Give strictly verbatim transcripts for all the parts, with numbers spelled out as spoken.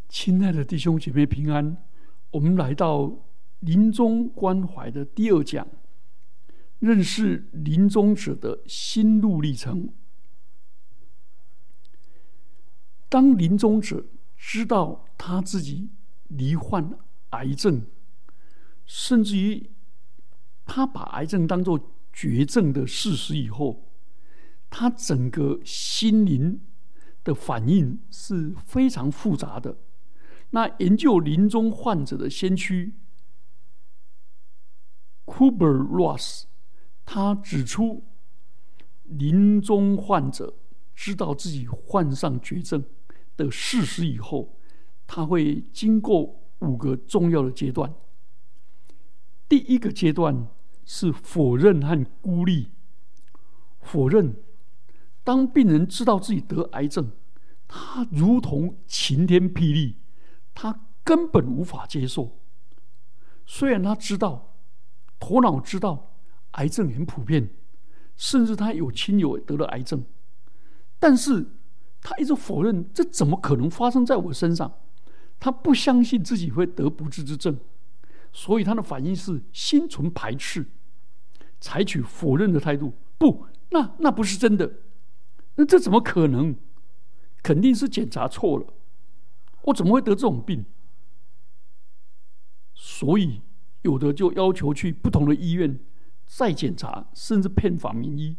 亲爱的弟兄姐妹平安，我们来到临终关怀的第二讲，认识临终者的心路历程。当临终者知道他自己罹患癌症，甚至于他把癌症当作绝症的事实以后，他整个心灵的反应是非常复杂的。那研究临终患者的先驱 Kübler-Ross 他指出，临终患者知道自己患上绝症的事实以后，他会经过五个重要的阶段。第一个阶段是否认和孤立。否认，当病人知道自己得癌症，他如同晴天霹雳，他根本无法接受。虽然他知道，头脑知道癌症很普遍，甚至他有亲友得了癌症，但是他一直否认，这怎么可能发生在我身上？他不相信自己会得不治之症，所以他的反应是心存排斥，采取否认的态度。不，那那不是真的，那这怎么可能？肯定是检查错了，我怎么会得这种病？所以有的就要求去不同的医院再检查，甚至骗访名医。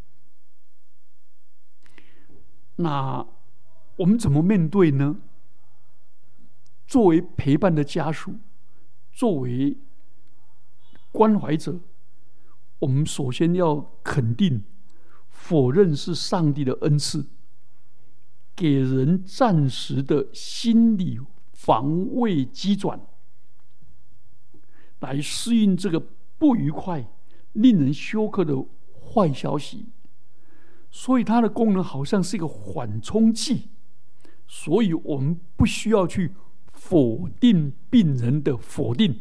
那我们怎么面对呢？作为陪伴的家属，作为关怀者，我们首先要肯定，否认是上帝的恩赐，给人暂时的心理防卫机转，来适应这个不愉快、令人休克的坏消息。所以它的功能好像是一个缓冲剂，所以我们不需要去否定病人的否定，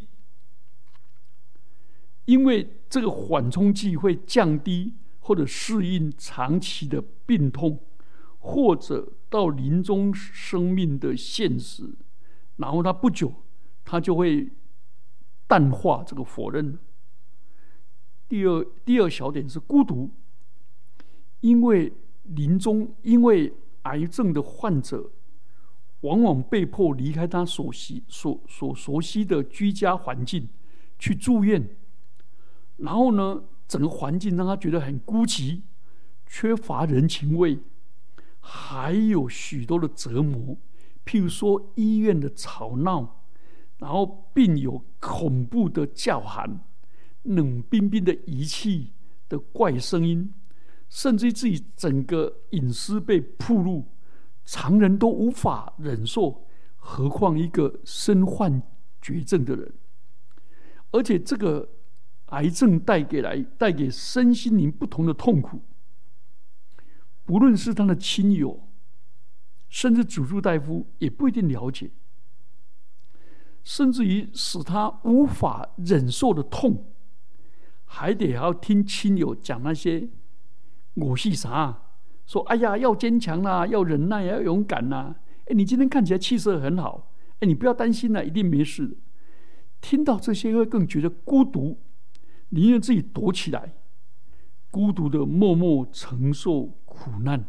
因为这个缓冲剂会降低或者适应长期的病痛，或者到临终生命的现实，然后他不久他就会淡化这个否认。第二第二小点是孤独，因为临终，因为癌症的患者往往被迫离开他所习所所熟悉的居家环境去住院，然后呢，整个环境让他觉得很孤寂，缺乏人情味，还有许多的折磨，譬如说医院的吵闹，然后并有恐怖的叫喊，冷冰冰的仪器的怪声音，甚至自己整个隐私被暴露，常人都无法忍受，何况一个身患绝症的人。而且这个癌症带给来带给身心灵不同的痛苦，不论是他的亲友，甚至主治大夫也不一定了解，甚至于使他无法忍受的痛，还得要听亲友讲那些我是啥，说哎呀要坚强啦，要忍耐，要勇敢啦。哎，你今天看起来气色很好，哎，你不要担心啦，一定没事的。听到这些会更觉得孤独，宁愿自己躲起来，孤独的默默承受苦难。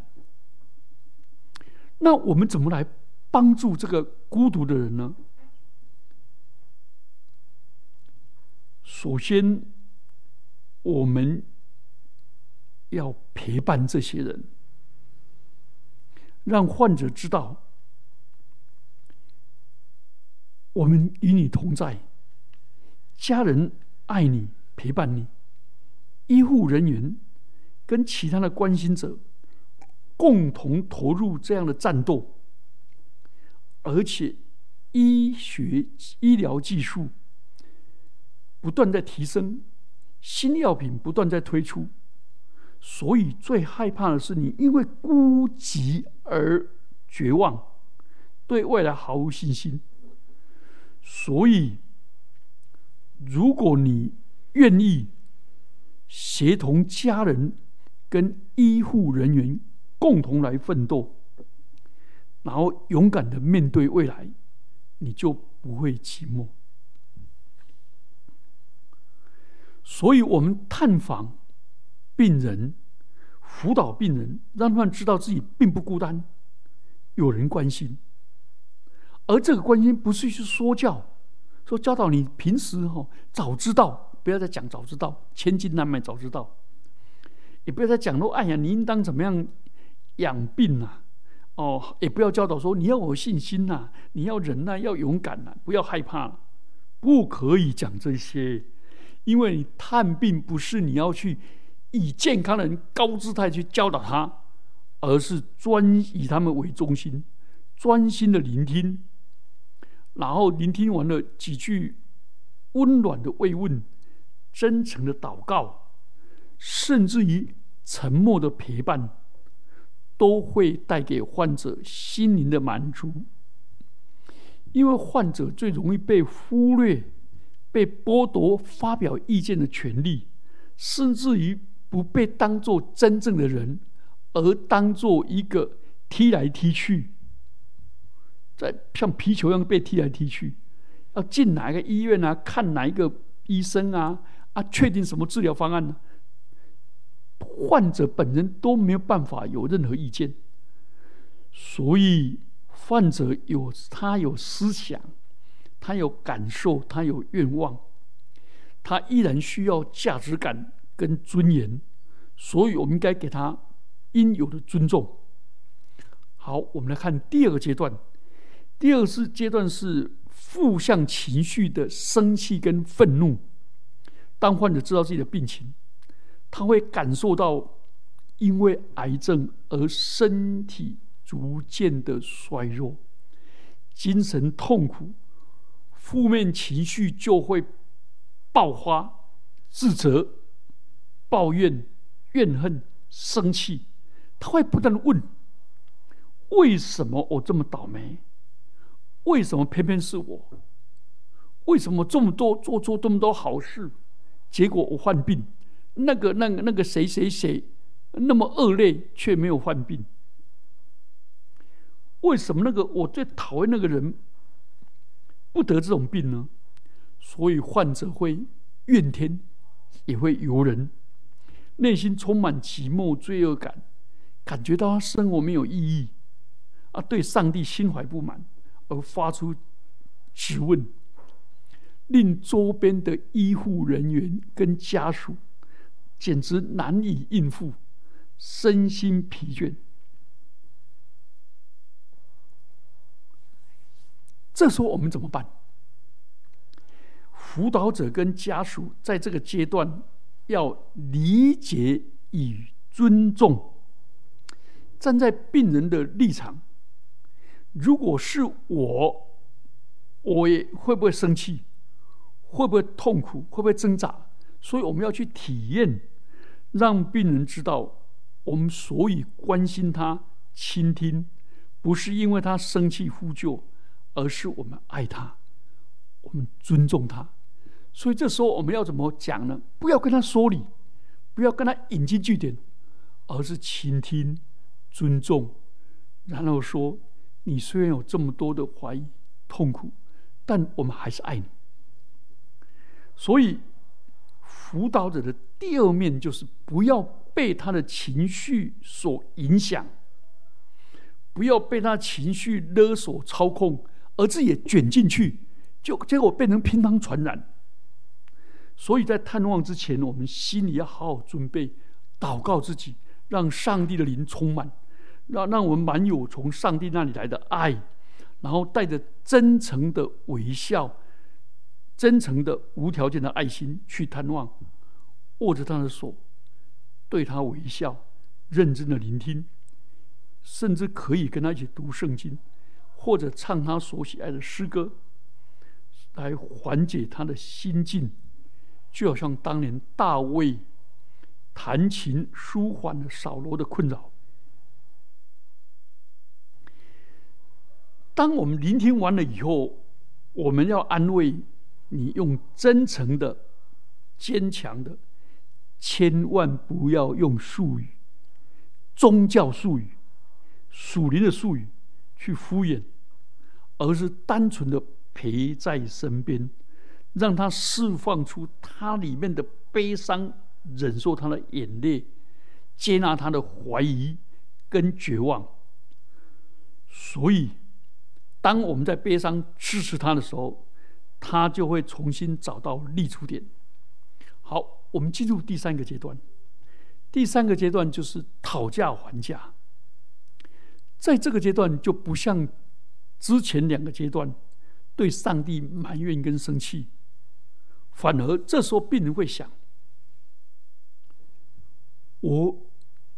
那我们怎么来帮助这个孤独的人呢？首先，我们要陪伴这些人，让患者知道，我们与你同在，家人爱你，陪伴你，医护人员跟其他的关心者共同投入这样的战斗，而且医学医疗技术不断在提升，新药品不断在推出，所以最害怕的是你因为孤寂而绝望，对未来毫无信心。所以如果你愿意协同家人跟医护人员共同来奋斗，然后勇敢的面对未来， 你就不会寂寞。所以我们探访病人，辅导病人，让他们知道自己并不孤单，有人关心。而这个关心不是去说教，说教导你平时、哦、早知道，不要再讲早知道，千金难买早知道，也不要再讲说哎呀你应当怎么样养病啊，哦，也不要教导说你要有信心呐、啊，你要忍耐，要勇敢呐、啊，不要害怕，不可以讲这些，因为你探病不是你要去以健康的人高姿态去教导他，而是专以他们为中心，专心的聆听，然后聆听完了几句温暖的慰问，真诚的祷告，甚至于沉默的陪伴，都会带给患者心灵的满足。因为患者最容易被忽略，被剥夺发表意见的权利，甚至于不被当作真正的人，而当作一个踢来踢去，在像皮球一样被踢来踢去，要进哪一个医院啊，看哪一个医生啊，啊，确定什么治疗方案呢？患者本人都没有办法有任何意见，所以患者有他有思想，他有感受，他有愿望，他依然需要价值感跟尊严，所以我们应该给他应有的尊重。好，我们来看第二个阶段。第二个阶段是负向情绪的生气跟愤怒。当患者知道自己的病情，他会感受到因为癌症而身体逐渐的衰弱，精神痛苦，负面情绪就会爆发，自责、抱怨、怨恨、生气。他会不断的问：为什么我这么倒霉？为什么偏偏是我？为什么这么多做出这么多好事，结果我患病？那个、那个、那个谁谁谁那么恶劣，却没有患病？为什么那个我最讨厌那个人不得这种病呢？所以患者会怨天，也会尤人，内心充满寂寞、罪恶感，感觉到他生活没有意义啊，对上帝心怀不满，而发出质问，令周边的医护人员跟家属简直难以应付，身心疲倦。这时候我们怎么办？辅导者跟家属在这个阶段要理解与尊重，站在病人的立场，如果是我，我也会不会生气？会不会痛苦？会不会挣扎？所以我们要去体验，让病人知道，我们所以关心他、倾听，不是因为他生气呼救，而是我们爱他，我们尊重他。所以这时候我们要怎么讲呢？不要跟他说理，不要跟他引经据典，而是倾听、尊重，然后说：你虽然有这么多的怀疑、痛苦，但我们还是爱你。所以辅导者的第二面就是不要被他的情绪所影响，不要被他的情绪勒索操控，而自己也卷进去，就结果变成乒乓传染。所以在探望之前，我们心里要好好准备，祷告自己，让上帝的灵充满，让让我们满有从上帝那里来的爱，然后带着真诚的微笑、真诚的无条件的爱心去探望，握着他的手，对他微笑，认真的聆听，甚至可以跟他一起读圣经，或者唱他所喜爱的诗歌，来缓解他的心境。就好像当年大卫弹琴舒缓了扫罗的困扰。当我们聆听完了以后，我们要安慰你，用真诚的、坚强的，千万不要用术语、宗教术语、属灵的术语去敷衍， 而是单纯的陪在身边，让他释放出他里面的悲伤，忍受他的眼泪，接纳他的怀疑跟绝望。所以当我们在悲伤支持他的时候，他就会重新找到立足点。好，我们进入第三个阶段。第三个阶段就是讨价还价。在这个阶段就不像之前两个阶段对上帝埋怨跟生气，反而这时候病人会想，我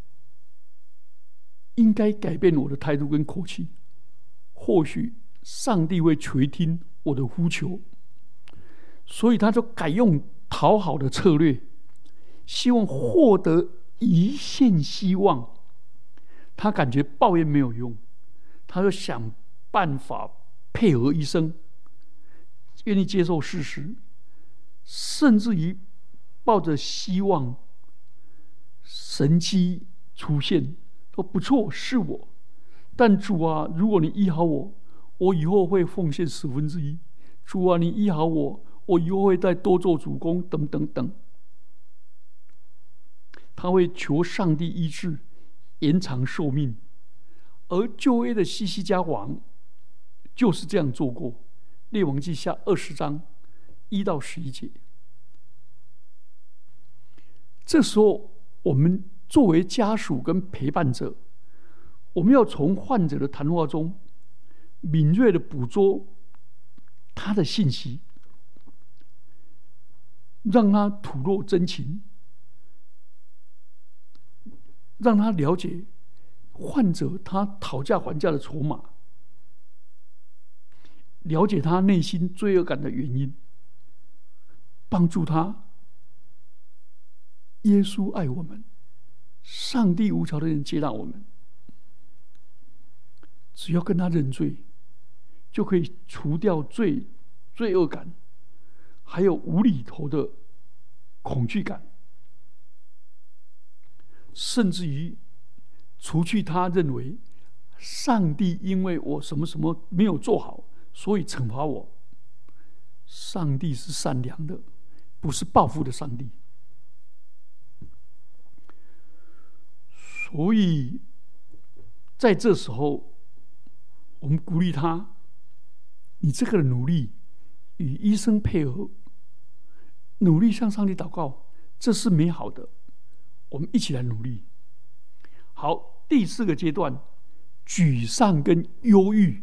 应该改变我的态度跟口气，或许上帝会垂听我的呼求，所以他就改用讨好的策略，希望获得一线希望。他感觉抱怨没有用，他就想办法配合医生，愿意接受事实，甚至于抱着希望神迹出现，说不错，是我，但主啊，如果你医好我，我以后会奉献十分之一。主啊，你医好我，我以后会再多做主工，等等等。他会求上帝医治，延长寿命。而旧约的西西家王就是这样做过。列王记下二十章一到十一节。这时候，我们作为家属跟陪伴者，我们要从患者的谈话中敏锐的捕捉他的信息，让他吐露真情，让他了解患者他讨价还价的筹码，了解他内心罪恶感的原因，帮助他。耶稣爱我们，上帝无条件的接纳我们，只要跟他认罪，就可以除掉罪罪恶感，还有无厘头的恐惧感，甚至于除去他认为上帝因为我什么什么没有做好，所以惩罚我。上帝是善良的，不是报复的上帝。所以在这时候，我们鼓励他，你这个努力与医生配合，努力向上帝祷告，这是美好的，我们一起来努力。好，第四个阶段，沮丧跟忧郁。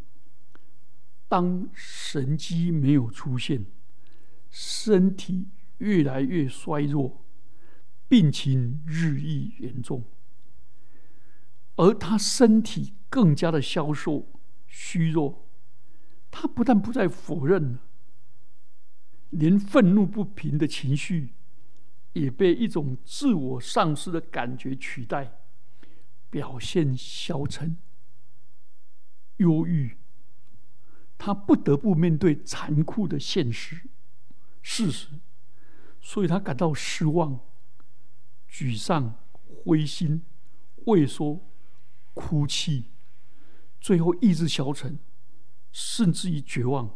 当神迹没有出现，身体越来越衰弱，病情日益严重，而他身体更加的消瘦虚弱。他不但不再否认，连愤怒不平的情绪也被一种自我丧失的感觉取代，表现消沉忧郁。他不得不面对残酷的现实事实，所以他感到失望、沮丧、灰心、畏缩、哭泣，最后意志消沉，甚至于绝望。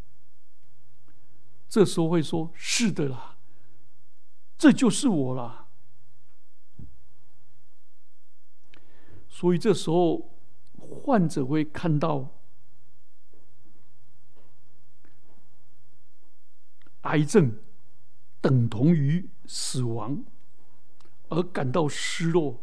这时候会说：是的啦，这就是我啦。所以这时候患者会看到癌症等同于死亡，而感到失落。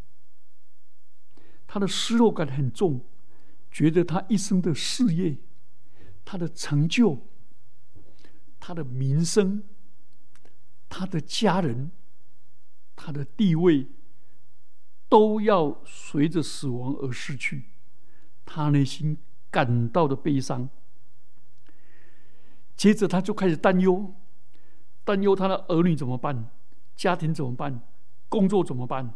他的失落感很重，觉得他一生的事业、他的成就、他的名声、他的家人、他的地位，都要随着死亡而失去。他内心感到的悲伤。接着他就开始担忧，担忧他的儿女怎么办，家庭怎么办，工作怎么办。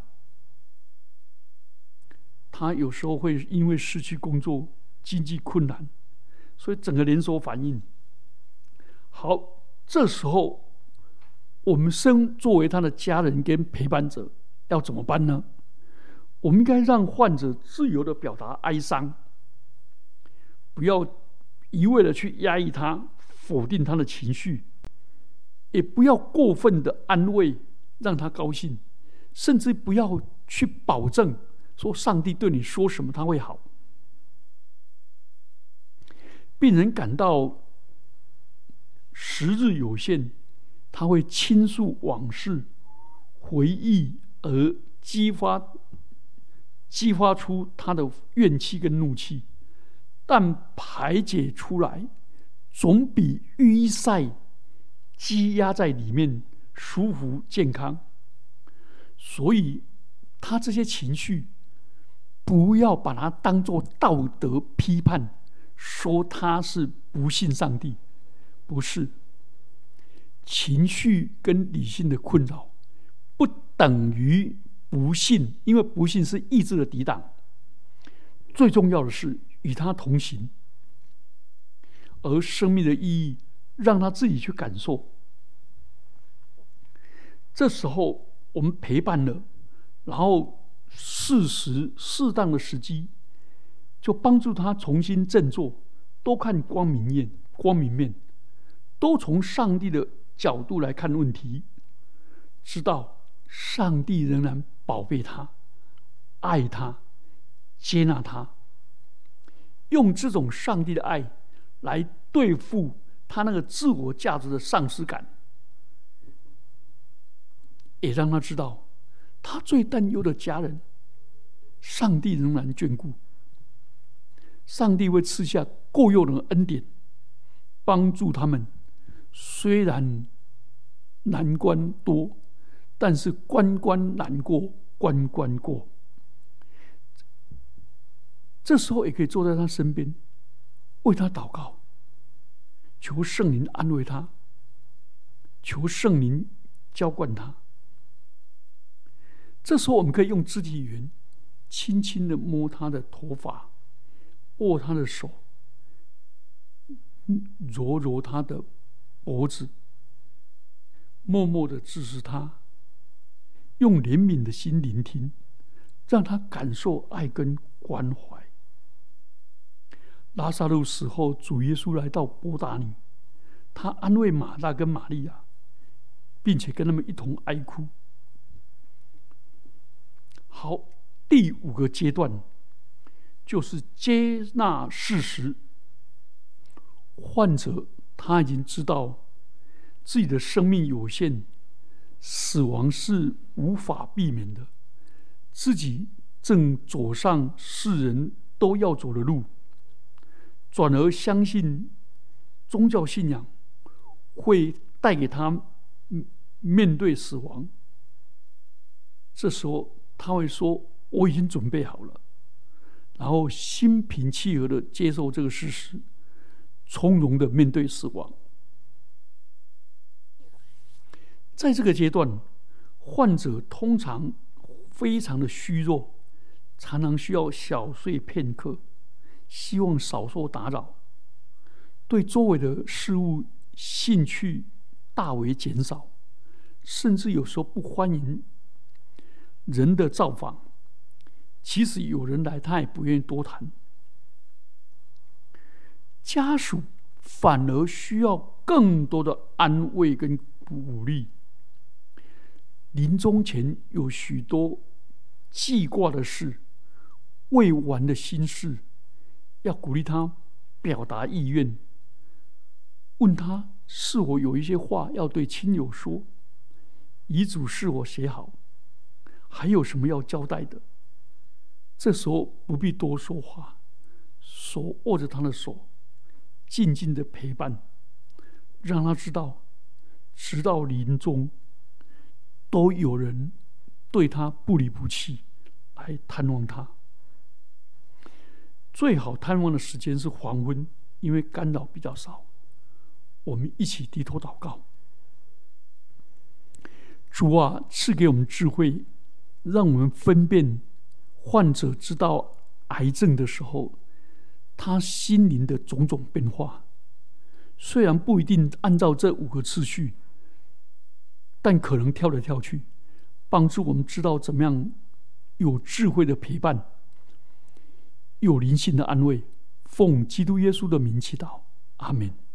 他有时候会因为失去工作，经济困难，所以整个连锁反应。好，这时候我们身作为他的家人跟陪伴者，要怎么办呢？我们应该让患者自由的表达哀伤， 不要一味的去压抑他，否定他的情绪，也不要过分的安慰让他高兴，甚至不要去保证说上帝对你说什么他会好。病人感到时日有限，他会倾诉往事，回忆而激发激发出他的怨气跟怒气，但排解出来总比淤塞积压在里面舒服健康。所以他这些情绪不要把它当作道德批判，说他是不信上帝，不是。情绪跟理性的困扰不等于不信，因为不信是意志的抵挡。最重要的是与他同行，而生命的意义让他自己去感受。这时候我们陪伴了，然后适时适当的时机就帮助他重新振作，多看光明面光明面，都从上帝的角度来看问题，知道上帝仍然宝贝他，爱他，接纳他，用这种上帝的爱来对付他那个自我价值的丧失感，也让他知道他最担忧的家人，上帝仍然眷顾，上帝会赐下够用的恩典帮助他们。虽然难关多，但是关关难过关关过。这时候也可以坐在他身边，为他祷告，求圣灵安慰他，求圣灵浇灌他。这时候我们可以用肢体语言轻轻的摸他的头发，握他的手，揉揉他的脖子，默默的支持他，用怜悯的心聆听，让他感受爱跟关怀。拉撒路死后，主耶稣来到伯大尼，他安慰马大跟玛利亚，并且跟他们一同哀哭。好，第五个阶段就是接纳事实。患者他已经知道自己的生命有限，死亡是无法避免的，自己正走上世人都要走的路，转而相信宗教信仰会带给他面对死亡。这时候他会说：“我已经准备好了。”然后心平气和的接受这个事实，从容的面对死亡。在这个阶段，患者通常非常的虚弱，常常需要小睡片刻，希望少受打扰，对周围的事物兴趣大为减少，甚至有时候不欢迎人的造访。即使有人来，他也不愿意多谈。家属反而需要更多的安慰跟鼓励。临终前有许多记挂的事，未完的心事，要鼓励他表达意愿，问他是否有一些话要对亲友说，遗嘱是否写好，还有什么要交代的。这时候不必多说话，手握着他的手，静静的陪伴，让他知道直到临终都有人对他不离不弃，来探望他。最好探望的时间是黄昏，因为干扰比较少。我们一起低头祷告。主啊，赐给我们智慧，让我们分辨患者知道癌症的时候，他心灵的种种变化。虽然不一定按照这五个次序，但可能跳来跳去，帮助我们知道怎么样有智慧的陪伴，有灵性的安慰， 奉基督耶稣的名祈祷，阿门。